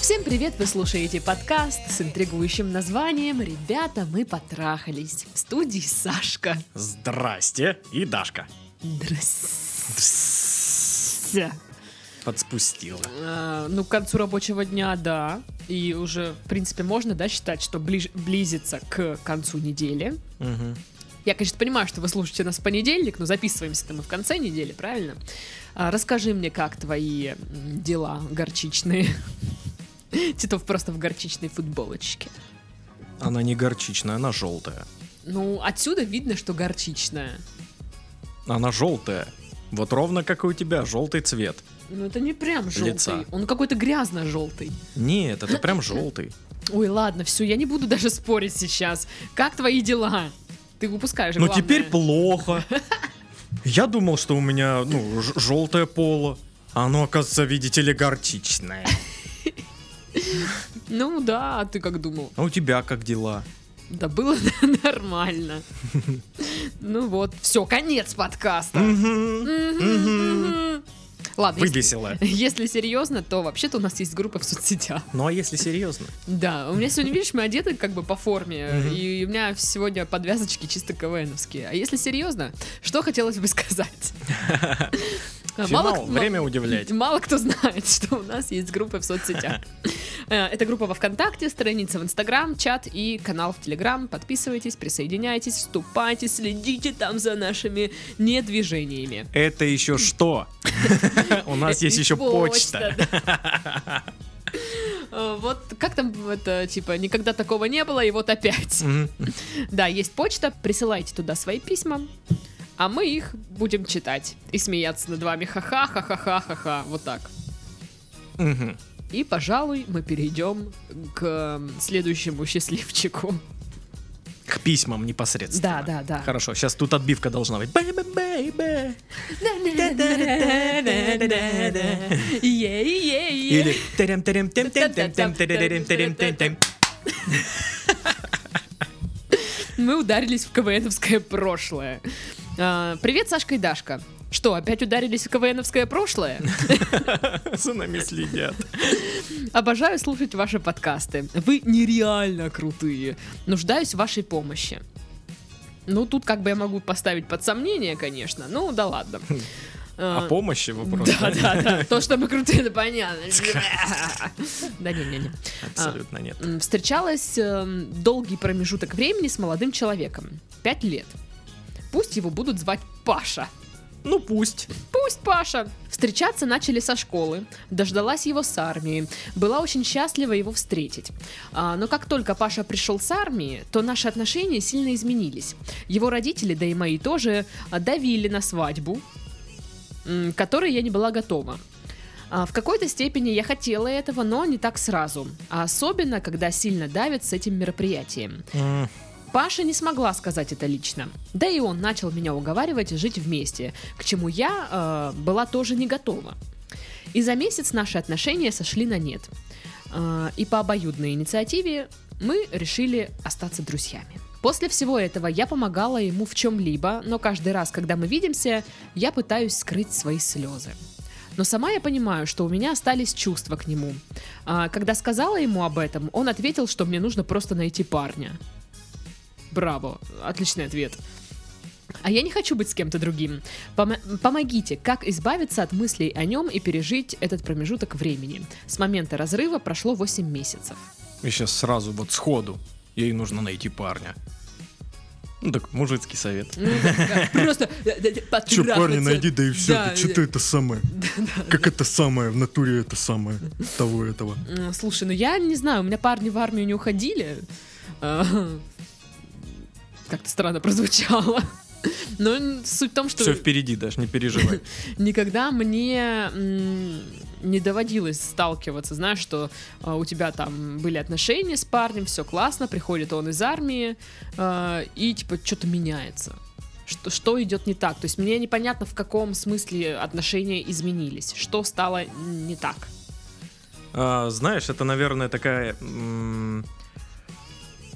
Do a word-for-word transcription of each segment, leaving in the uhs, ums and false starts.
Всем привет, вы слушаете подкаст с интригующим названием «Ребята, мы потрахались». В студии Сашка. Здрасте, и Дашка. Здрасте. Подспустила. А, ну, к концу рабочего дня, да. И уже, в принципе, можно, да, считать, что ближ- близится к концу недели. Угу. Я, конечно, понимаю, что вы слушаете нас в понедельник, но записываемся-то мы в конце недели, правильно? А, расскажи мне, как твои дела горчичные. Титов просто в горчичной футболочке. Она не горчичная, она желтая. Ну, отсюда видно, что горчичная. Она желтая. Вот ровно как и у тебя, желтый цвет. Ну, это не прям желтый. Лица. Он какой-то грязно-желтый. Нет, это прям желтый. Ой, ладно, все, я не буду даже спорить сейчас. Как твои дела? Ты выпускаешь, Ну главное. теперь плохо. Я думал, что у меня, ну, ж- желтое поло. А оно, оказывается, видите ли, горчичное. Ну да, а ты как думал? А у тебя как дела? Да было нормально. Ну вот, все, конец подкаста. Ладно, если, Выбесила. если серьезно, то вообще-то у нас есть группа в соцсетях. Ну а если серьезно? Да, у меня сегодня, видишь, мы одеты как бы по форме, Мгм. и у меня сегодня подвязочки чисто КВНовские. А если серьезно, что хотелось бы сказать? Финал, время удивлять. Мало кто знает, что у нас есть группа в соцсетях. Э, Это группа во ВКонтакте, страница в Инстаграм, чат и канал в Телеграм. Подписывайтесь, присоединяйтесь, вступайте, следите там за нашими недвижениями. Это еще что? У нас есть И еще почта. да. Э, Вот как там это, типа, никогда такого не было, и вот опять. Мгм. Да, есть почта, присылайте туда свои письма, а мы их будем читать и смеяться над вами. Ха-ха, ха-ха-ха, ха-ха, вот так. Мгм. И, пожалуй, мы перейдем к м, следующему счастливчику. К письмам непосредственно. Да, да, да. Хорошо, сейчас тут отбивка должна быть. Бэйбэ-бэйбэ. Е-е-е. Или терем-терем-тем-тем-тем-тем-терем-терем-тем. Мы ударились в КВНовское прошлое. А, Привет, Сашка и Дашка. Что, опять ударились в КВНовское прошлое? За нами следят. Обожаю слушать ваши подкасты. Вы нереально крутые. Нуждаюсь в вашей помощи. Ну, тут как бы я могу поставить под сомнение, конечно. Ну, да ладно. О помощи вопрос. Да, да, да. То, что мы крутые, это понятно. Да не-не-не. Абсолютно нет. М, Встречалась эм, долгий промежуток времени с молодым человеком. Пять лет. Пусть его будут звать Паша. Ну пусть. Пусть Паша. Встречаться начали со школы. Дождалась его с армии. Была очень счастлива его встретить. А, но как только Паша пришел с армии, то наши отношения сильно изменились. Его родители, да и мои тоже, а, давили на свадьбу, м, к которой я не была готова. А, В какой-то степени я хотела этого, но не так сразу. А особенно, когда сильно давят с этим мероприятием. М, Паша не смогла сказать это лично. Да и он начал меня уговаривать жить вместе, к чему я э, была тоже не готова. И за месяц наши отношения сошли на нет. Э, и по обоюдной инициативе мы решили остаться друзьями. После всего этого я помогала ему в чем-либо, но каждый раз, когда мы видимся, я пытаюсь скрыть свои слезы. Но сама я понимаю, что у меня остались чувства к нему. А, когда сказала ему об этом, он ответил, что мне нужно просто найти парня. Браво, отличный ответ. А я не хочу быть с кем-то другим. Помо- помогите, как избавиться от мыслей о нем и пережить этот промежуток времени. С момента разрыва прошло восемь месяцев. И сейчас сразу вот сходу. Ей нужно найти парня. Ну так, мужицкий совет. Ну, да, просто Че, парня найди, да и все. Да, Что да. ты это самое? Как это самое? В натуре это самое. Того этого. М, Слушай, ну я не знаю, у меня парни в армию не уходили. А, Как-то странно прозвучало. Но суть в том, что Все впереди, даже не переживай. никогда мне м, не доводилось сталкиваться, знаешь, что а, у тебя там были отношения с парнем, все классно, приходит он из армии, а, и типа что-то меняется. Что, что идет не так? То есть мне непонятно, в каком смысле отношения изменились, что стало не так. А, знаешь, это, наверное, такая м,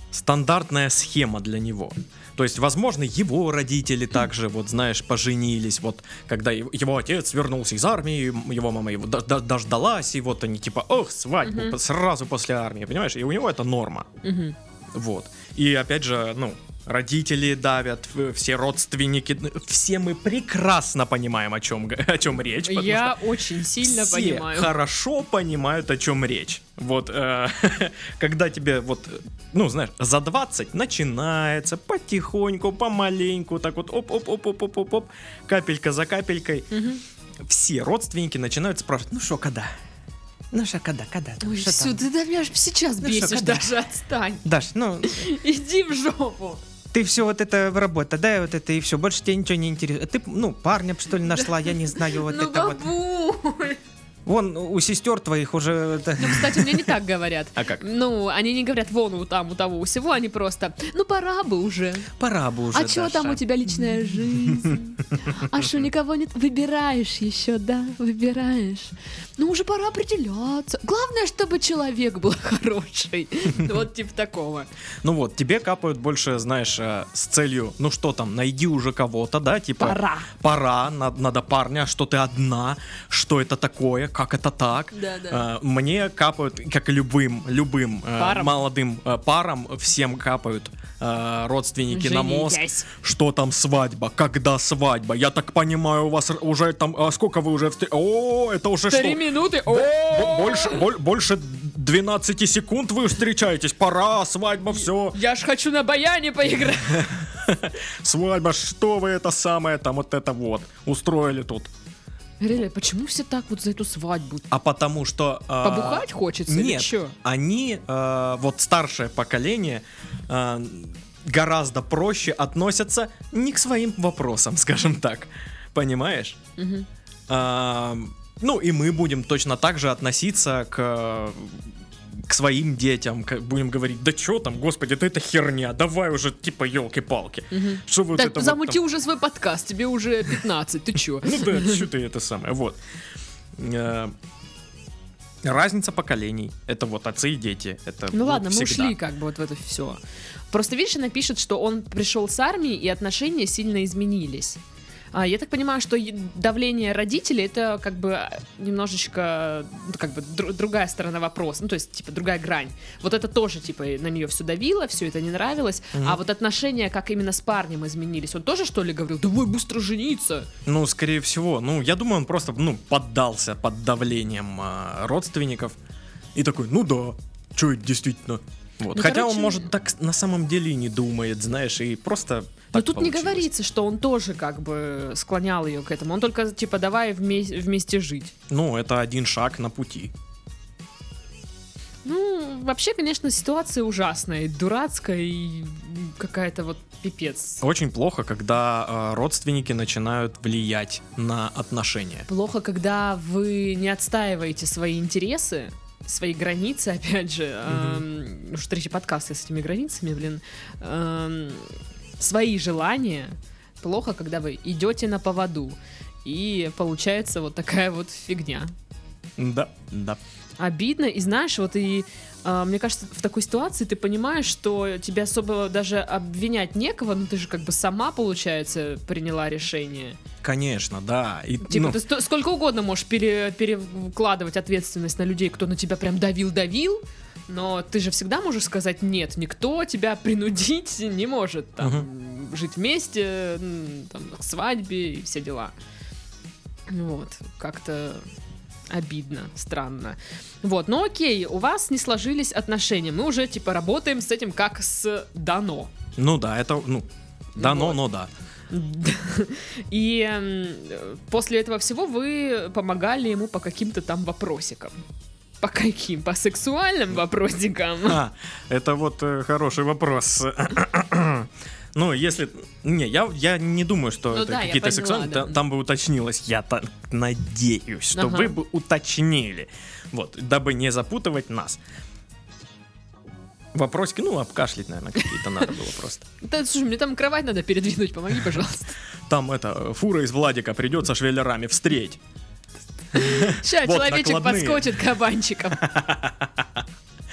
стандартная схема для него. То есть, возможно, его родители также, вот, знаешь, поженились, вот, когда его, его отец вернулся из армии, его мама его д- дождалась, и вот они типа, ох, свадьбу, uh-huh. сразу после армии, понимаешь? И у него это норма. Uh-huh. Вот. И опять же, ну, родители давят, все родственники, все мы прекрасно понимаем, о чем, о чем речь. Я очень сильно все понимаю. Хорошо понимают, о чем речь. Вот, э, когда тебе вот, ну, знаешь, за двадцать начинается потихоньку, помаленьку, так вот, оп-оп-оп-оп-оп-оп, капелька за капелькой. Угу. Все родственники начинают спрашивать, ну что, когда? Ну что, когда, когда? Ой, что все, там? ты да, меня аж сейчас ну бесишь, шо, даже отстань. Даш, ну... Иди в жопу. Ты все вот это работа, да, вот это и все, больше тебя ничего не интересует. Ты, ну, парня, что ли, нашла, я не знаю, вот это вот. Ну, бабуль! Вон, у сестер твоих уже... Ну, кстати, мне не так говорят. А как? Ну, они не говорят, вон, у там, у того, у всего, они просто, ну, пора бы уже. Пора бы уже, А что там у тебя личная жизнь? А что, никого нет? Выбираешь еще, да? Выбираешь. Ну, уже пора определяться. Главное, чтобы человек был хороший. Вот типа такого. Ну вот, тебе капают больше, знаешь, с целью, ну что там, найди уже кого-то, да, типа... Пора. Пора, надо, надо парня, что ты одна, что это такое, как это так. Да, да. А, мне капают, как и любым, любым парам. молодым парам, всем капают а, родственники Женитесь. на мозг. Что там свадьба, когда свадьба? Я так понимаю, у вас уже там, а сколько вы уже... Встр... О, это уже Три что? минуты. Больше, больше двенадцать секунд вы встречаетесь. Пора, свадьба, все. Я ж хочу на баяне поиграть. Свадьба, что вы это самое там вот это вот устроили тут? Реально, почему все так вот за эту свадьбу? А потому что... Э, Побухать хочется нет, или что? они, э, вот старшее поколение, э, гораздо проще относятся не к своим вопросам, скажем так. Понимаешь? Угу. Э, ну и мы будем точно так же относиться к... к своим детям, как будем говорить, да что там, господи, да это херня, давай уже, типа, елки-палки. Угу. Что вы да, вот это замути вот там... уже свой подкаст, тебе уже пятнадцать, ты чё? Ну да, что ты это самое, вот. Разница поколений, это вот отцы и дети, это Ну ладно, мы всегда. ушли как бы вот в это все. Просто видишь, она пишет, что он пришел с армии, и отношения сильно изменились. А, я так понимаю, что давление родителей это как бы немножечко, ну, как бы дру- другая сторона вопроса, ну то есть типа другая грань. Вот это тоже типа на нее все давило, все это не нравилось. Mm-hmm. А вот отношения, как именно с парнем изменились, он тоже что ли говорил, давай быстро жениться? Ну скорее всего, ну я думаю, он просто ну поддался под давлением э, родственников и такой, ну да, что это действительно. Вот. Ну, Хотя короче... он может так на самом деле и не думает, знаешь, и просто. Но тут получилось. Не говорится, что он тоже как бы склонял ее к этому. Он только типа давай вместе, вместе жить. Ну, это один шаг на пути. Ну, вообще, конечно, ситуация ужасная, и дурацкая, и какая-то вот пипец. Очень плохо, когда э, родственники начинают влиять на отношения. Плохо, когда вы не отстаиваете свои интересы, свои границы, опять же. Mm-hmm. Эм, уж третий подкаст с этими границами, блин. Эм, свои желания. Плохо, когда вы идете на поводу. И получается вот такая вот фигня. Да, да. Обидно. И знаешь, вот и э, мне кажется, в такой ситуации ты понимаешь, что тебе особо даже обвинять некого, ну ты же как бы сама, получается, приняла решение. Конечно, да. И, типа ну... ты сто- сколько угодно можешь пере- перекладывать ответственность на людей, кто на тебя прям давил-давил, но ты же всегда можешь сказать нет, никто тебя принудить не может там, угу. жить вместе, там, к свадьбе и все дела. Вот, как-то обидно, странно. Вот, ну окей, у вас не сложились отношения, мы уже типа работаем с этим как с дано. Ну да, это, ну, дано, вот. Но да. И э, после этого всего вы помогали ему по каким-то там вопросикам. По каким? По сексуальным вопросикам? А, это вот э, хороший вопрос. Ну, если... Не, я, я не думаю, что ну, это да, какие-то сексуальные... Да. Там, там бы уточнилось. Я так надеюсь, что ага. вы бы уточнили. Вот, дабы не запутывать нас. Вопросики, ну, обкашлять, наверное, какие-то надо было просто. Да, слушай, мне там кровать надо передвинуть, помоги, пожалуйста. Там, это, фура из Владика придется швеллерами встреть. Сейчас человечек подскочит кабанчиком.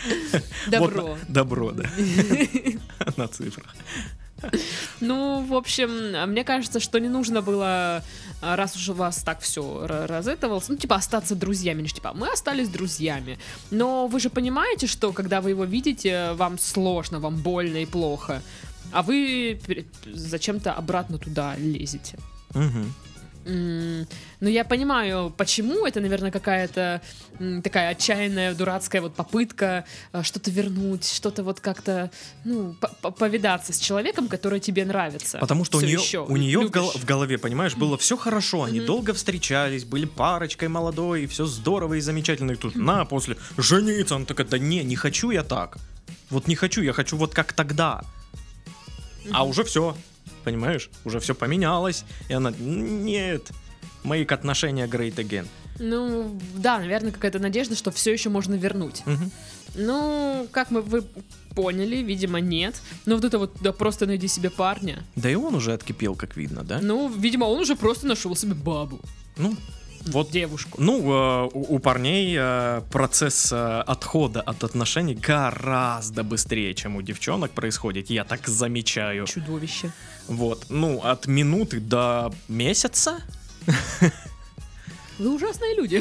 Добро. Добро, да. На цифрах. Ну, в общем, мне кажется, что не нужно было, раз уж у вас так все разэтовалось, ну, типа, остаться друзьями. Ну, типа, мы остались друзьями. Но вы же понимаете, что, когда вы его видите, вам сложно, вам больно и плохо. А вы зачем-то обратно туда лезете. Угу. Mm, ну, я понимаю, почему. Это, наверное, какая-то м, такая отчаянная, дурацкая вот попытка э, что-то вернуть, что-то вот как-то, ну, повидаться с человеком, который тебе нравится. Потому что у нее, у нее в, гол- в голове, понимаешь, было все хорошо. Они mm-hmm. долго встречались, были парочкой молодой, и все здорово и замечательно. И тут mm-hmm. на, после жениться. Она такая, да не, не хочу я так. Вот не хочу, я хочу вот как тогда. Mm-hmm. А уже все. Понимаешь, уже все поменялось, и она, нет, мои отношения great again. Ну, да, наверное, какая-то надежда, что все еще можно вернуть. Угу. Ну, как мы вы поняли, видимо, нет. Но вот это вот, да просто найди себе парня. Да и он уже откипел, как видно, да? Ну, видимо, он уже просто нашел себе бабу. Ну, вот девушку. Ну, э, у, у парней э, процесс э, отхода от отношений гораздо быстрее, чем у девчонок происходит. Я так замечаю. Чудовище. Вот, ну, от минуты до месяца. Вы ужасные люди.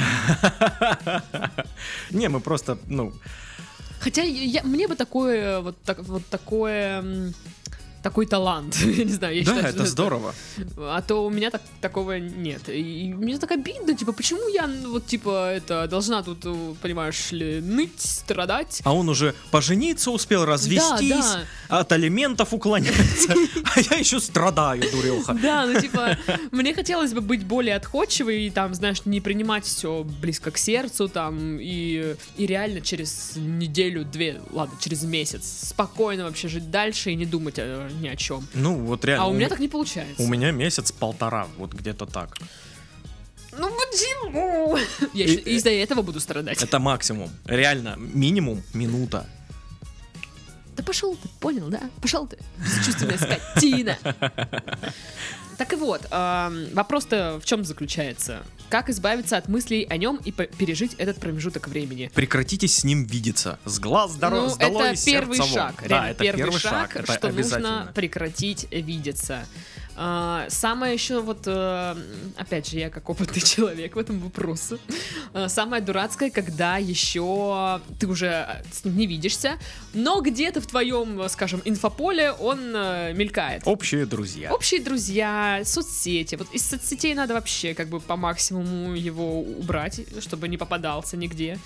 Не, мы просто, ну... Хотя я, мне бы такое, вот, так, вот такое... такой талант, я не знаю, я да, считаю, это здорово. Это... А то у меня так, такого нет. И мне так обидно, типа, почему я, вот, типа, это, должна тут, понимаешь ли, ныть, страдать. А он уже пожениться успел, развестись, да, да. от алиментов уклоняется, а я еще страдаю, дуреха. Да, ну, типа, мне хотелось бы быть более отходчивой и, там, знаешь, не принимать все близко к сердцу, там, и, и реально через неделю-две, ладно, через месяц спокойно вообще жить дальше и не думать о ни о чем. Ну, вот реально. А у меня так не получается. У меня месяц-полтора, вот где-то так. Ну почему? Я и, еще из-за этого буду страдать. Это максимум. Реально, минимум минута. Да пошел ты, понял, да? Пошел ты, бесчувственная скотина. Так и вот, э, вопрос-то в чем заключается? Как избавиться от мыслей о нем и пережить этот промежуток времени? Прекратите с ним видеться. С глаз дорос, ну, долой, это первый шаг. Да, реально, это первый, первый шаг, шаг, что нужно нужно прекратить видеться. Uh, самое еще вот, uh, опять же, я как опытный человек в этом вопросе, uh, самое дурацкое, когда еще ты уже с ним не видишься, но где-то в твоем, скажем, инфополе он uh, мелькает. Общие друзья. Общие друзья, соцсети. Вот из соцсетей надо вообще как бы по максимуму его убрать, чтобы не попадался нигде.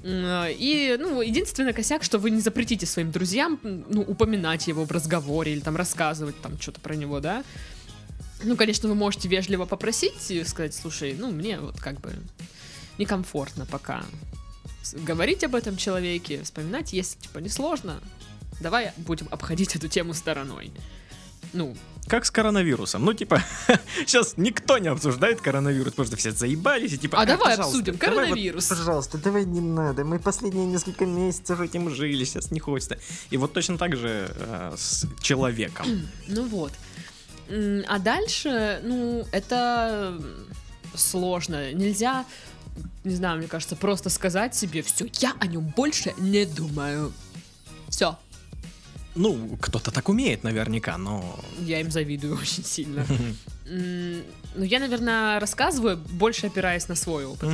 И, ну, единственный косяк, что вы не запретите своим друзьям, ну, упоминать его в разговоре или там рассказывать там что-то про него, да. Ну, конечно, вы можете вежливо попросить и сказать, слушай, ну, мне вот как бы некомфортно пока говорить об этом человеке, вспоминать, если, типа, несложно, давай будем обходить эту тему стороной. Ну, как с коронавирусом. Ну, типа, сейчас никто не обсуждает коронавирус, потому что все заебались и типа... А давай обсудим коронавирус. Давай, вот, пожалуйста, давай не надо. Мы последние несколько месяцев этим жили, сейчас не хочется. И вот точно так же э, с человеком. Ну вот. А дальше, ну, это сложно. Нельзя, не знаю, мне кажется, просто сказать себе, все, я о нем больше не думаю. Все. Ну, кто-то так умеет наверняка, но... Я им завидую очень сильно. Ну, я, наверное, рассказываю, больше опираясь на свой опыт.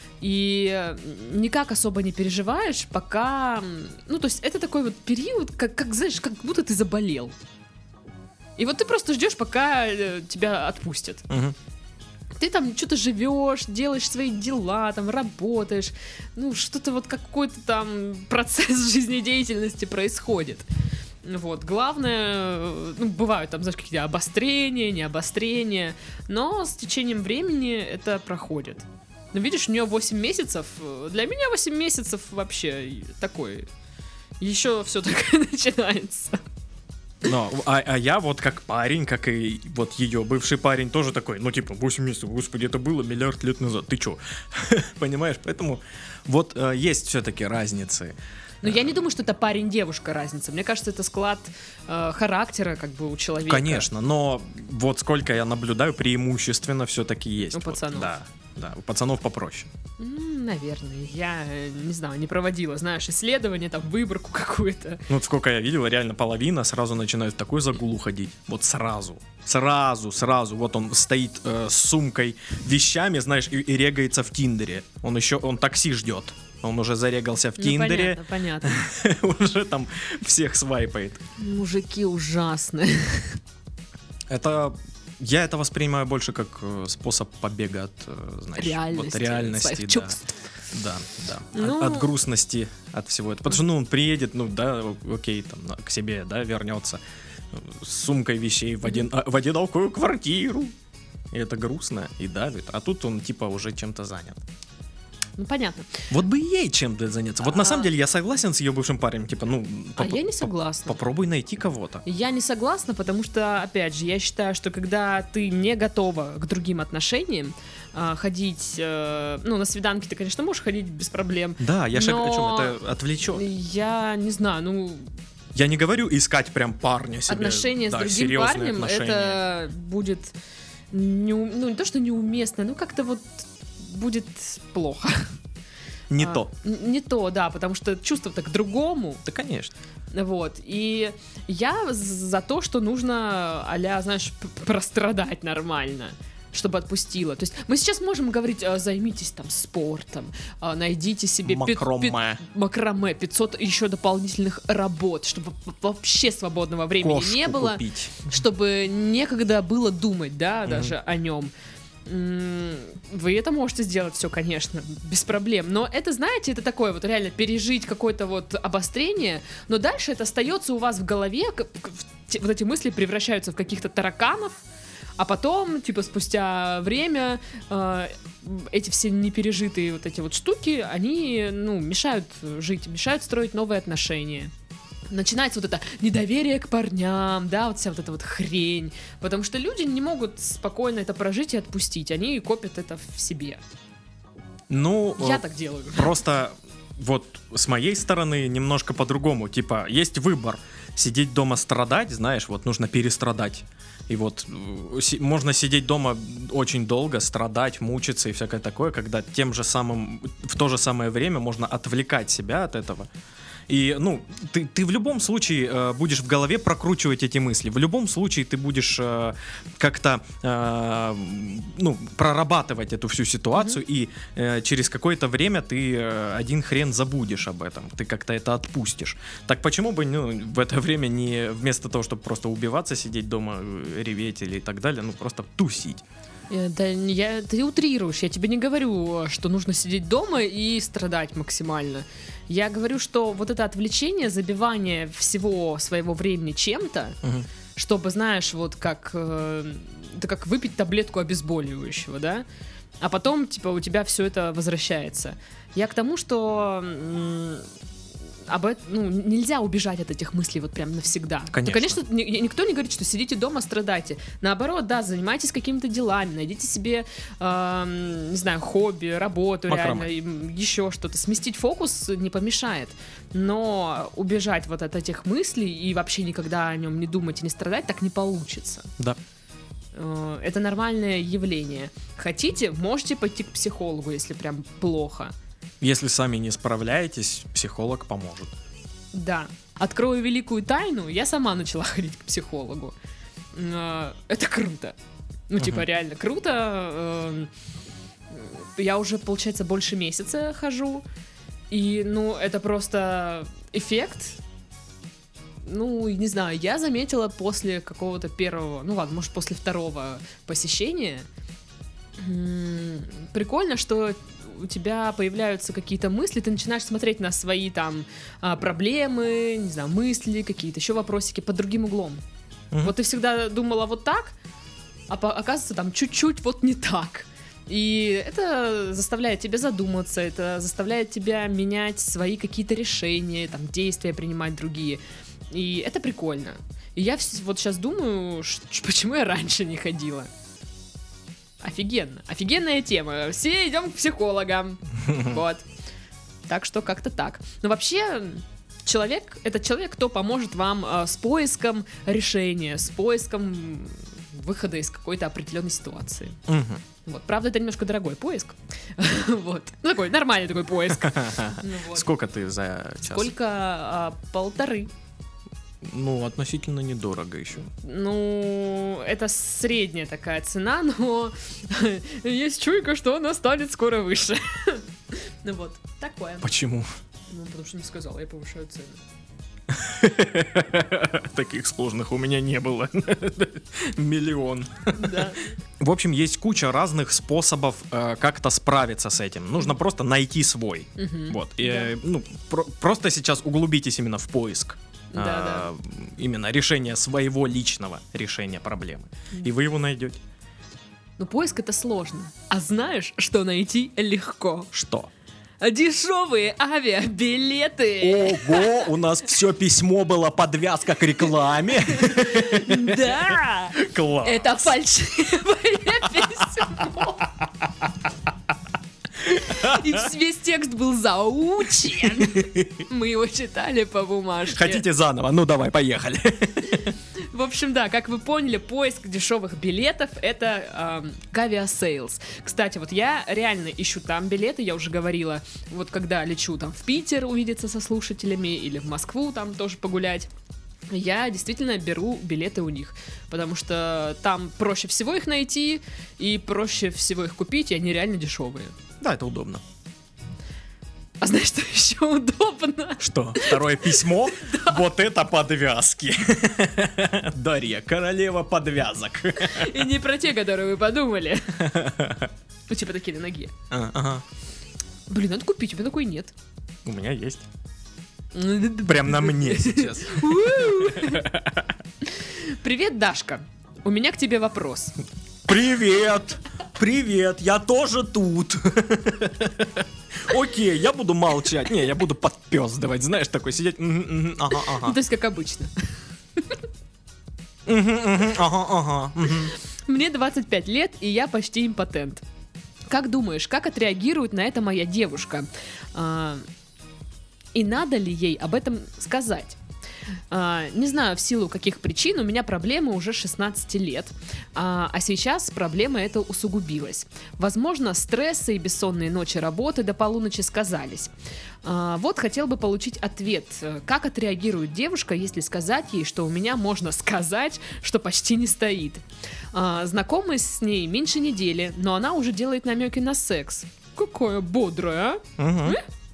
И никак особо не переживаешь, пока... Ну, то есть это такой вот период, как, как знаешь, как будто ты заболел. И вот ты просто ждешь, пока тебя отпустят. Угу. Ты там что-то живешь, делаешь свои дела, там работаешь. Ну, что-то вот какой-то там процесс жизнедеятельности происходит. Вот, главное, ну, бывают там, знаешь, какие-то обострения, не обострения, но с течением времени это проходит. Ну, видишь, у нее восемь месяцев, для меня восемь месяцев вообще такой, еще все только начинается. Но, а, а я вот как парень, как и вот ее бывший парень тоже такой, ну типа восемь месяцев, господи, это было миллиард лет назад, ты чё? Понимаешь, поэтому вот э, есть все-таки разницы. Но я не думаю, что это парень-девушка разница. Мне кажется, это склад э, характера как бы у человека. Конечно, но вот сколько я наблюдаю, преимущественно все-таки есть. У пацанов. Вот, да. да, у пацанов попроще. М, Наверное, я э, не знаю, не проводила, знаешь, исследование, там, выборку какую-то. Ну, вот сколько я видел, реально половина сразу начинает в такой загул уходить. Вот сразу. Сразу, сразу. Вот он стоит э, с сумкой, вещами, знаешь, и, и регается в Тиндере. Он еще, он такси ждет. Он уже зарегался в Ну, Тиндере. понятно, понятно. Уже там всех свайпает. Мужики ужасные. Это... Я это воспринимаю больше как э, способ побега от, э, знаешь, Реальности, вот реальности, своих да. чувств. Да, да. Ну- От, от грустности, от всего этого. Потому что, ну, он приедет, ну, да, окей, там, на- к себе, да, вернется э, с сумкой вещей в, один, а, в одинокую квартиру. И это грустно и давит. А тут он, типа, уже чем-то занят. Ну, понятно. Вот бы ей чем-то заняться. Вот на А- самом деле я согласен с ее бывшим парнем. Типа, ну... А поп- я не поп- согласна. Попробуй найти кого-то. Я не согласна, потому что, опять же, я считаю, что когда ты не готова к другим отношениям, а, ходить, э, ну, на свиданки ты, конечно, можешь ходить без проблем. Да, я же Но- о чем? Это отвлечет. Я не знаю, ну, Я не говорю искать прям парня себе. отношения да, с другим серьезные парнем, отношения. это будет, не, у- ну, не то, что неуместно, ну, как-то вот будет плохо. Не А, то. н- Не то, да, потому что чувство-то к другому. Да, конечно. Вот, и я за то, что нужно, а-ля, знаешь, п- прострадать нормально, чтобы отпустила. То есть мы сейчас можем говорить, а, займитесь там спортом, а, найдите себе пи- пи- Макраме. макраме, пятьсот еще дополнительных работ, чтобы в- вообще свободного времени Кошку не было, купить. чтобы некогда было думать, да, Мгм. даже о нем. М, Вы это можете сделать все, конечно, без проблем. Но это, знаете, это такое вот реально пережить какое-то вот обострение, но дальше это остается у вас в голове, к- к- в те- вот эти мысли превращаются в каких-то тараканов, а потом, типа, спустя время э, эти все непережитые вот эти вот штуки, они, ну, мешают жить, мешают строить новые отношения. Начинается вот это недоверие к парням, да, вот вся вот эта вот хрень, потому что люди не могут спокойно это прожить и отпустить, они копят это в себе. Ну, Я э, так делаю. просто вот с моей стороны немножко по-другому. Типа, есть выбор. Сидеть дома страдать, знаешь, вот нужно перестрадать. И вот э, си- можно сидеть дома очень долго, страдать, мучиться и всякое такое, когда тем же самым, в то же самое время можно отвлекать себя от этого. И, ну, ты, ты в любом случае э, будешь в голове прокручивать эти мысли. В любом случае ты будешь э, как-то, э, ну, прорабатывать эту всю ситуацию, и э, через какое-то время ты э, один хрен забудешь об этом. Ты как-то это отпустишь. Так почему бы, ну, в это время не вместо того, чтобы просто убиваться, сидеть дома, э, реветь или так далее, ну, просто тусить. Э, Да, я, ты утрируешь, я тебе не говорю, что нужно сидеть дома и страдать максимально. Я говорю, что вот это отвлечение, забивание всего своего времени чем-то, Мгм. чтобы, знаешь, вот как, э, это как выпить таблетку обезболивающего, да, а потом, типа, у тебя все это возвращается. Я к тому, что м, об эт- ну, нельзя убежать от этих мыслей вот прям навсегда. Конечно. Ну, конечно, ни- никто не говорит, что сидите дома, страдайте. Наоборот, да, занимайтесь какими-то делами, найдите себе, эм, не знаю, хобби, работу Макраме. реально, и еще что-то. Сместить фокус не помешает. Но убежать вот от этих мыслей и вообще никогда о нем не думать и не страдать так не получится. Да. Э, Это нормальное явление. Хотите, можете пойти к психологу, если прям плохо. Если сами не справляетесь, психолог поможет. Да. Открою великую тайну, я сама начала ходить к психологу. Э, Это круто. Ну, типа, Мгм. реально круто. Эм, Я уже, получается, больше месяца хожу. И, ну, это просто эффект. Ну, и не знаю, я заметила после какого-то первого, ну ладно, может, после второго посещения, м, прикольно, что у тебя появляются какие-то мысли, ты начинаешь смотреть на свои там а, проблемы, не знаю, мысли, какие-то еще вопросики под другим углом. Мгм. Вот ты всегда думала вот так, а по- оказывается там чуть-чуть вот не так. И это заставляет тебя задуматься, это заставляет тебя менять свои какие-то решения, там, действия принимать другие. И это прикольно. И я вс- вот сейчас думаю, ш- ч- почему я раньше не ходила. Офигенно. Офигенная тема. Все идем к психологам. Вот. Так что как-то так. Но вообще, человек — это человек, кто поможет вам э, с поиском решения, с поиском, выхода из какой-то определенной ситуации. Мгм. Вот. Правда, это немножко дорогой поиск. Вот. Ну, такой нормальный такой поиск. Ну, вот. Сколько ты за час? Сколько? А, полторы. Ну, относительно недорого еще. Ну, это средняя такая цена, но есть чуйка, что она станет скоро выше. Ну вот, такое. Почему? Ну, потому что не сказала, я повышаю цены. Таких сложных у меня не было. Миллион. Да. В общем, есть куча разных способов э, как-то справиться с этим. Нужно просто найти свой. Мгм. Вот. И, э, ну, про- просто сейчас углубитесь именно в поиск. Да, да. э, Именно решение своего личного решения проблемы. И вы его найдете. Но поиск это сложно. А знаешь, что найти легко? Что? Дешевые авиабилеты. Ого, у нас все письмо было подвязка к рекламе. Да! Класс. Это фальшивое письмо. И весь текст был заучен. Мы его читали по бумажке. Хотите заново? Ну давай, поехали. В общем, да, как вы поняли, поиск дешевых билетов — это эм, Aviasales. Кстати, вот я реально ищу там билеты, я уже говорила, вот когда лечу там в Питер увидеться со слушателями или в Москву там тоже погулять, я действительно беру билеты у них, потому что там проще всего их найти и проще всего их купить, и они реально дешевые. Да, это удобно. А знаешь, что еще удобно? Что? Второе письмо? Вот это подвязки. Дарья, королева подвязок. И не про те, которые вы подумали. Ну, типа такие на ноге. А, Ага. Блин, надо купить, у меня такой нет. У меня есть. Прям на мне сейчас. Привет, Дашка. У меня к тебе вопрос. Привет! Привет, я тоже тут. Окей, я буду молчать. Не, я буду подпёздывать, знаешь, такой сидеть. Мгм, мгм, Ага, Ну, ага. то есть, как обычно. Мгм, мгм, Ага, ага. мгм. Мне двадцать пять лет, и я почти импотент. Как думаешь, как отреагирует на это моя девушка? А, и надо ли ей об этом сказать? А, не знаю, в силу каких причин у меня проблемы уже шестнадцать лет, а, а сейчас проблема эта усугубилась. Возможно, стрессы и бессонные ночи работы до полуночи сказались. А, вот хотел бы получить ответ, как отреагирует девушка, если сказать ей, что у меня можно сказать, что почти не стоит. А, знакомы с ней меньше недели, но она уже делает намеки на секс. Какая бодрая, а? Мгм.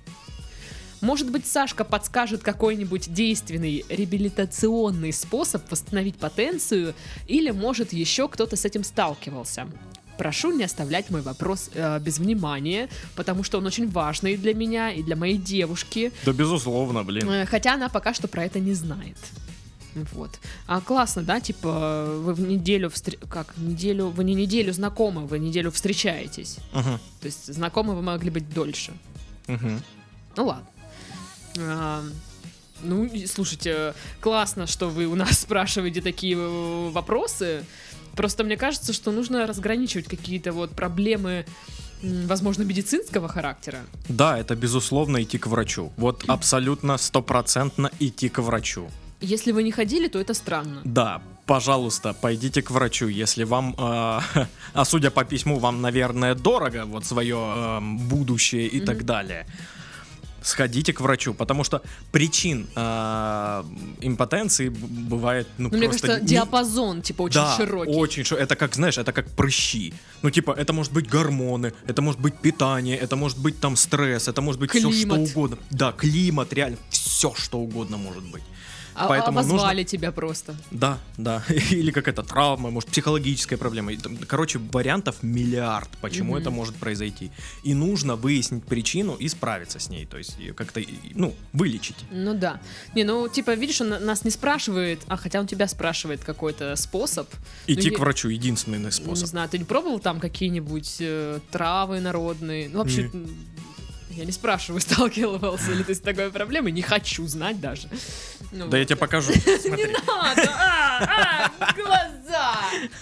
Может быть, Сашка подскажет какой-нибудь действенный реабилитационный способ восстановить потенцию, или, может, еще кто-то с этим сталкивался. Прошу не оставлять мой вопрос э, без внимания, потому что он очень важный для меня и для моей девушки, Да, безусловно, блин. э, хотя она пока что про это не знает. Вот. А классно, да, типа вы в неделю, встр... как, неделю, вы не неделю знакомы, вы неделю встречаетесь. Мгм, То есть знакомы вы могли быть дольше. мгм. Ну ладно. А, ну, и, слушайте, классно, что вы у нас спрашиваете такие э, вопросы. Просто мне кажется, что нужно разграничивать какие-то вот проблемы, м, возможно, медицинского характера. Да, это безусловно идти к врачу. Вот абсолютно стопроцентно идти к врачу. Если вы не ходили, то это странно. Да, пожалуйста, пойдите к врачу, если вам, э, а судя по письму, вам, наверное, дорого вот свое э, будущее и Мгм. так далее. Сходите к врачу, потому что причин э, импотенции б- бывает, ну, Ну, мне просто кажется, не- диапазон, типа, очень да, широкий. очень шо- Это как, знаешь, это как прыщи. Ну, типа, это может быть гормоны, это может быть питание, это может быть там стресс, это может быть все что Климат. угодно. Да, климат, реально, все что угодно может быть. А- поэтому обозвали тебя просто. Да, да. Или какая-то травма, может, психологическая проблема. И там, короче, вариантов миллиард, почему Мгм. это может произойти. И нужно выяснить причину и справиться с ней. То есть её как-то, и- ну, вылечить. Ну да. Не, ну, типа, видишь, он на- нас не спрашивает, а хотя он тебя спрашивает какой-то способ. Идти Ну, к я- врачу единственный Не способ. знаю, ты не пробовал там какие-нибудь э, травы народные? Ну, вообще, Не. м, я не спрашиваю, сталкивался ли ты с такой проблемой, не хочу знать даже. Ну, Да я вот. тебе покажу. Смотри. Надо! А, а, глаза!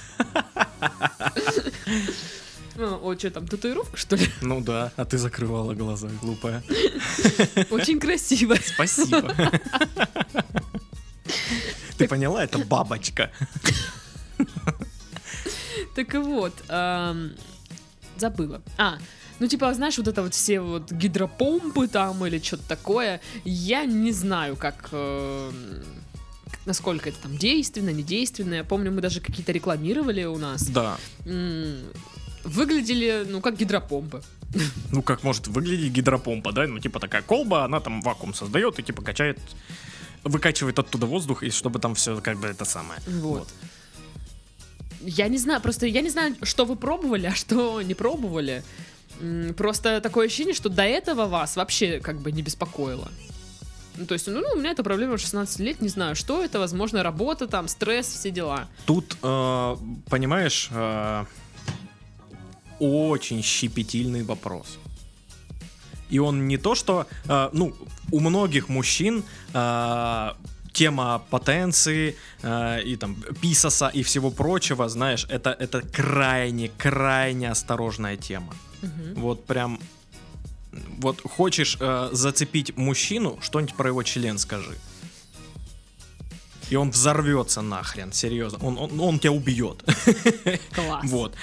Ну, о, что там, татуировка, что ли? Ну да, а ты закрывала глаза, глупая. Очень красиво. Спасибо. Ты поняла, это бабочка. Так и вот, эм, забыла. А, ну типа, знаешь, вот это вот все вот гидропомпы там или что-то такое, я не знаю, как... э, насколько это там действенно, недейственно. Я помню, мы даже какие-то рекламировали у нас. Да. М, Выглядели, ну, как гидропомпы. Ну, как может выглядеть гидропомпа, да? Ну, типа такая колба, она там вакуум создает и типа качает, выкачивает оттуда воздух, и чтобы там все как бы это самое. Вот. Я не знаю, просто я не знаю, что вы пробовали, а что не пробовали. М, Просто такое ощущение, что до этого вас вообще как бы не беспокоило. Ну, то есть, ну, ну, у меня эта проблема шестнадцать лет, не знаю, что это, возможно, работа, там, стресс, все дела. Тут, э, понимаешь, э, очень щепетильный вопрос. И он не то, что... э, ну, у многих мужчин э, тема потенции э, и там писоса и всего прочего, знаешь, это, это крайне, крайне осторожная тема. Мгм. Вот прям... Вот хочешь э, зацепить мужчину, что-нибудь про его член скажи. И он взорвется нахрен, серьезно. Он, он, он тебя убьет. Класс. Вот.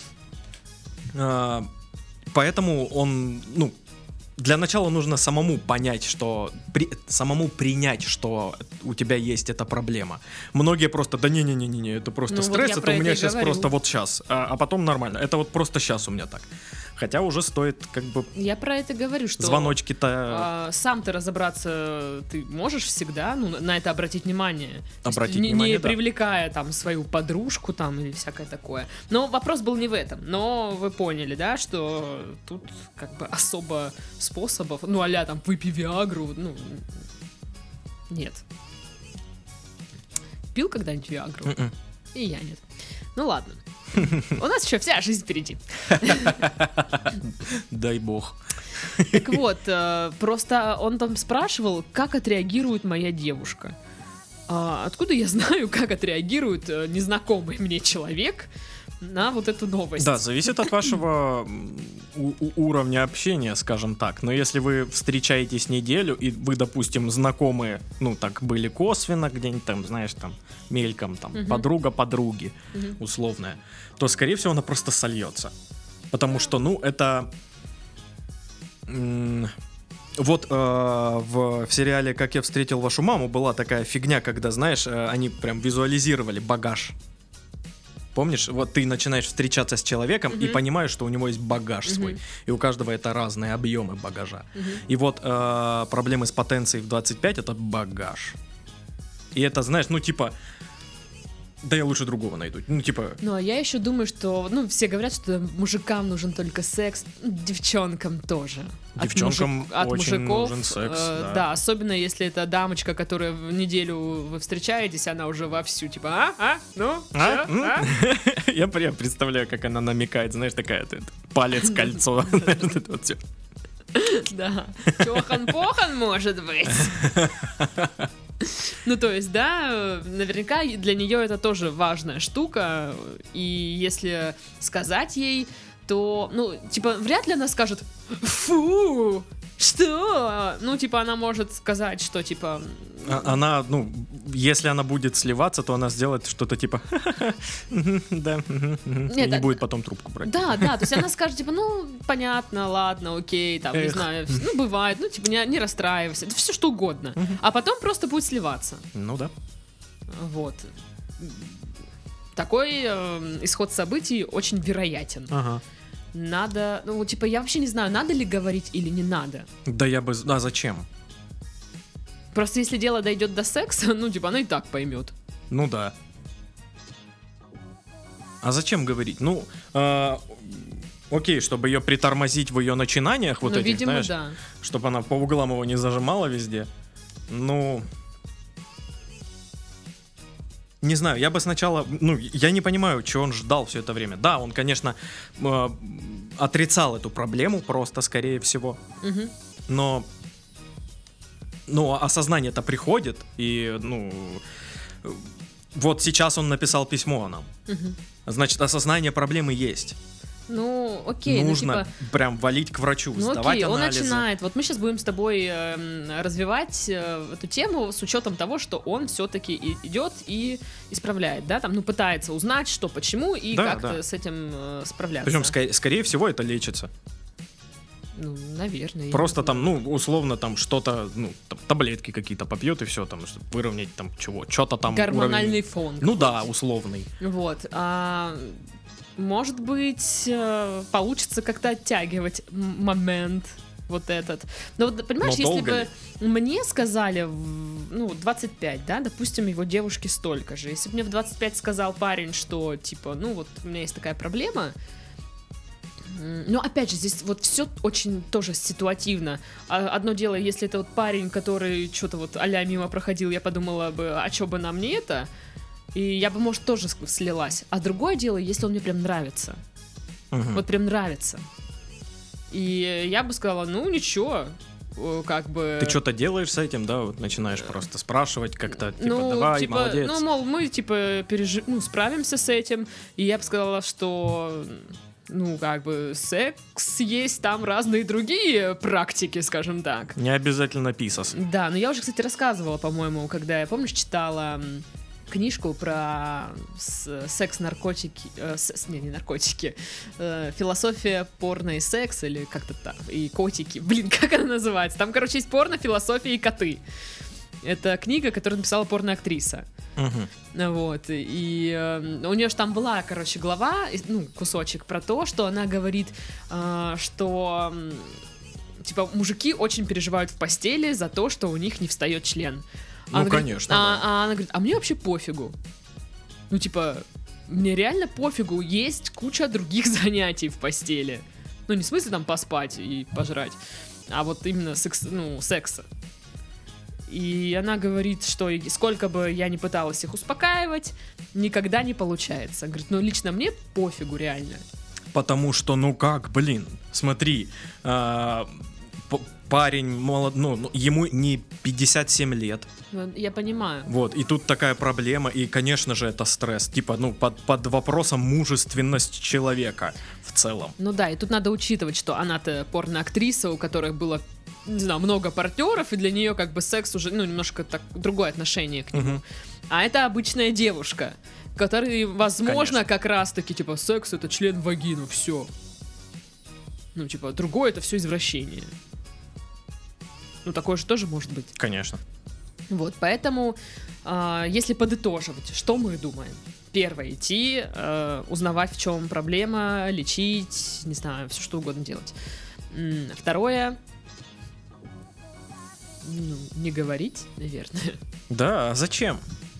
А, Поэтому он, ну, для начала нужно самому понять, что при, самому принять, что у тебя есть эта проблема. Многие просто, да не-не-не-не, это просто Ну, вот стресс, я это про у это меня и сейчас говорю. просто вот сейчас, а, а потом нормально. Это вот просто сейчас у меня так. Хотя уже стоит как бы Я про это говорю, что... звоночки-то. а, сам ты разобраться ты можешь всегда, ну, на это обратить внимание. То есть Обратить не, внимание, не да. привлекая там свою подружку там или всякое такое. Но вопрос был не в этом. Но вы поняли, да, что тут как бы особо способов, ну, а-ля там выпей Виагру, ну, нет. Пил когда-нибудь Виагру? Мгм. И я нет. Ну ладно. У нас еще вся жизнь впереди. Дай бог. Так вот, э, просто он там спрашивал, как отреагирует моя девушка. А откуда я знаю, как отреагирует э, незнакомый мне человек на вот эту новость? Да, зависит от вашего м, у- у- уровня общения, скажем так. Но если вы встречаетесь неделю, и вы, допустим, знакомые, ну, так, были косвенно где-нибудь там, знаешь, там, мельком, там, Мгм. подруга подруги, Мгм. условная, то, скорее всего, она просто сольется. Потому что, ну, это... м, Вот э, в, в сериале «Как я встретил вашу маму» была такая фигня, когда, знаешь, э, они прям визуализировали багаж. Помнишь, вот ты начинаешь встречаться с человеком и Мгм. понимаешь, что у него есть багаж Мгм. свой. И у каждого это разные объемы багажа. Мгм. И вот э, проблемы с потенцией в двадцать пять — это багаж. И это, знаешь, ну типа, да я лучше другого найду. Ну типа, Ну, а я еще думаю, что, ну, все говорят, что мужикам нужен только секс, ну, девчонкам тоже. От Девчонкам мужик- от очень мужиков, нужен секс, э, да. да, особенно если это дамочка, которая в неделю вы встречаетесь, она уже вовсю, типа, а, а, ну, А? чё, М? а? я прям представляю, как она намекает, знаешь, такая, т- т- палец, кольцо. Вот это вот всё. Да, чохан-похан, может быть. Ну, то есть, да, э, наверняка для нее это тоже важная штука, и если сказать ей, то, ну, типа, вряд ли она скажет «Фу, что?» Ну, типа, она может сказать, что, типа... А- Она, ну, если она будет сливаться, то она сделает что-то типа «Мгм, да, мгм, мгм», и Нет, не а- будет потом трубку брать. Да, да, то есть она скажет, типа, ну, понятно, ладно, окей, там, не Эх. знаю, ну, бывает, ну, типа, не, не расстраивайся, все что угодно. А потом просто будет сливаться. Ну да. Вот. Такой э, исход событий очень вероятен. Ага. Надо, ну, типа, я вообще не знаю, надо ли говорить или не надо. Да я бы... А зачем? Просто если дело дойдет до секса, ну, типа, она и так поймет. Ну да. А зачем говорить? Ну, э, окей, чтобы ее притормозить в ее начинаниях, вот ну, этих, видимо, знаешь, да. чтобы она по углам его не зажимала везде. Ну... Не знаю, я бы сначала... Ну, я не понимаю, чего он ждал все это время. Да, он, конечно, э, отрицал эту проблему просто, скорее всего. Мгм. Но... Ну, осознание-то приходит, и, ну... Вот сейчас он написал письмо нам. Мгм. Значит, осознание проблемы есть. Ну, окей, Нужно ну, типа... прям валить к врачу, ну, сдавать окей, он анализы. начинает. Вот мы сейчас будем с тобой э, развивать э, эту тему с учетом того, что он все-таки идет и исправляет, да, там, ну, пытается узнать, что, почему, и Да, как-то да. с этим э, справляться. Причем, ска- скорее всего, это лечится. Ну, наверное. Просто я не там, знаю. ну, условно, там что-то, ну, там, таблетки какие-то попьет и все, там, чтобы выровнять там чего, что-то там. Гормональный уровень... фон. Ну да, условный. Вот. А, может быть, э, получится как-то оттягивать м- момент вот этот. Но вот, понимаешь, Но если долго бы мне сказали, в, ну, двадцать пять, да, допустим, его девушке столько же. Если бы мне в двадцать пять сказал парень, что, типа, ну, вот у меня есть такая проблема. м, Но опять же, здесь вот все очень тоже ситуативно. А, Одно дело, если это вот парень, который что-то вот а-ля мимо проходил, я подумала бы, а чё бы нам не это? И я бы, может, тоже ск- слилась. А другое дело, если он мне прям нравится. Мгм. Вот прям нравится. И я бы сказала, ну ничего, э, как бы... Ты что-то делаешь с этим, да, вот начинаешь просто спрашивать как-то, типа, ну, давай, типа, молодец. ну, мол, мы, типа, пережи... ну, справимся с этим. И я бы сказала, что, ну, как бы, секс есть там разные другие практики, скажем так. Не обязательно писас. Да, но я уже, кстати, рассказывала, по-моему, когда я, помнишь, читала м, книжку про с- секс, наркотики, э, с- не, не наркотики, э, философия порно и секс, или как-то так, и котики, блин, как она называется? Там, короче, есть порно, философия и коты. Это книга, которую написала порноактриса. Мгм. Вот, и э, у нее же там была, короче, глава, и, ну, кусочек про то, что она говорит, э, что, м, типа, мужики очень переживают в постели за то, что у них не встает член. Ну, Она говорит- конечно, а, да. а она говорит, а мне вообще пофигу. Ну, типа, мне реально пофигу, есть куча других занятий в постели. Ну, не в смысле там поспать и пожрать, а вот именно секс, ну, секса. И она говорит, что и сколько бы я ни пыталась их успокаивать, никогда не получается. Говорит, ну лично мне пофигу реально. Потому что, ну как, блин, смотри, а, п- парень молод, ну, ну, ему не пятьдесят семь лет, Ну, я понимаю. вот, и тут такая проблема, и, конечно же, это стресс, типа, ну, под, под вопросом мужественность человека в целом. Ну да, и тут надо учитывать, что она-то порноактриса, у которой было, не знаю, много партнеров, и для нее как бы секс уже, ну, немножко так другое отношение к нему. Мгм. А это обычная девушка, которой, возможно, Конечно. как раз-таки, типа, секс — это член в вагину, все. Ну, типа, другое — это все извращение. Ну, такое же тоже может быть. Конечно. Вот, поэтому, а, если подытоживать, что мы думаем? Первое, идти, э, узнавать, в чем проблема, лечить, не знаю, все что угодно делать. М, Второе, ну, не говорить, наверное. Да, а зачем?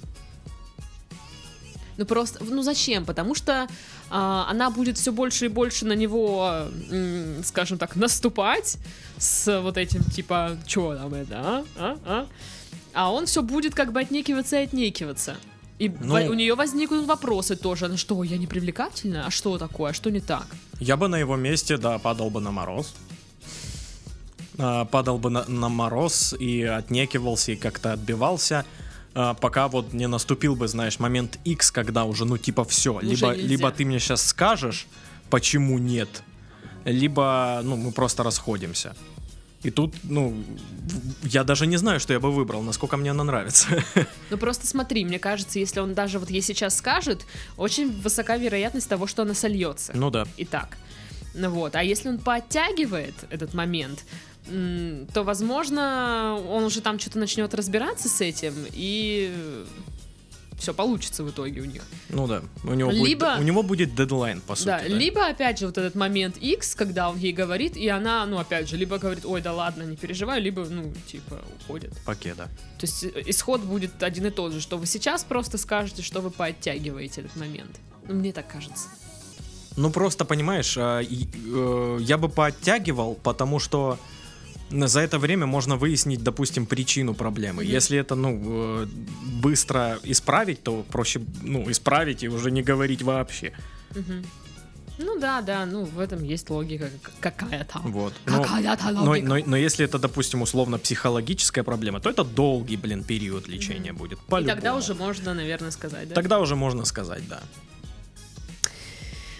Ну просто, ну зачем? Потому что а, она будет все больше и больше на него, м, скажем так, наступать с вот этим типа, чё там это, а? А, а? А он все будет как бы отнекиваться и отнекиваться. И Ну- во- у нее возникнут вопросы тоже. Ну что, я не привлекательна? А что такое? А что не так? Я бы на его месте, да, падал бы на мороз. А, Падал бы на, на мороз и отнекивался, и как-то отбивался, а, пока вот не наступил бы, знаешь, момент X, когда уже, ну, типа, все. Уже Либо, нельзя. либо ты мне сейчас скажешь, почему нет, либо, ну, мы просто расходимся. И тут, ну, в- я даже не знаю, что я бы выбрал, насколько мне она нравится. Ну просто смотри, мне кажется, если он даже вот ей сейчас скажет, очень высока вероятность того, что она сольется. Ну да. Итак, ну вот, а если он подтягивает этот момент, м, то, возможно, он уже там что-то начнет разбираться с этим, и все получится в итоге у них. Ну да. У него, Либо- будет, у него будет дедлайн, по сути. Да, да. либо, опять же, вот этот момент X, когда он ей говорит, и она, ну, опять же, либо говорит, ой, да ладно, не переживай, либо, ну, типа, уходит. Покеда. То есть э, исход будет один и тот же, что вы сейчас просто скажете, что вы подтягиваете этот момент. Ну, мне так кажется. Ну просто понимаешь, а, и, э, я бы пооттягивал, потому что за это время можно выяснить, допустим, причину проблемы. Мгм. Если это, ну, э, быстро исправить, то проще, ну, исправить и уже не говорить вообще. Мгм. Ну да, да, ну в этом есть логика к- какая-то. Вот. Но, Какая-то но, логика. но, но если это, допустим, условно психологическая проблема, то это долгий, блин, период лечения будет. И По-любому. тогда уже можно, наверное, сказать, да? Тогда уже можно сказать, да.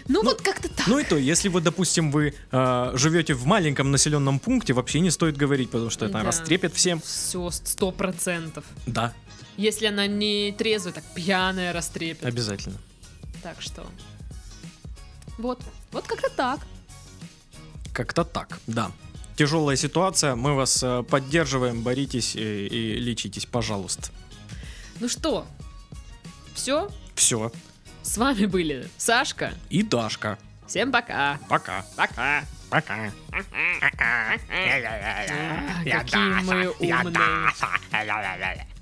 Ну, вот как-то так. Ну и то, если вы, допустим, вы э, живете в маленьком населенном пункте, вообще не стоит говорить, потому что это Да. растрепет всем. Все, сто процентов. Да, Если она не трезвая, так пьяная растрепет. обязательно. Так что... Вот. Вот как-то так. Как-то так, да. Тяжелая ситуация, мы вас э, поддерживаем, боритесь и, и лечитесь, пожалуйста. Ну что, все? Все. С вами были Сашка. И Дашка. Всем пока. Пока. Пока. Пока. А, какие мы умные.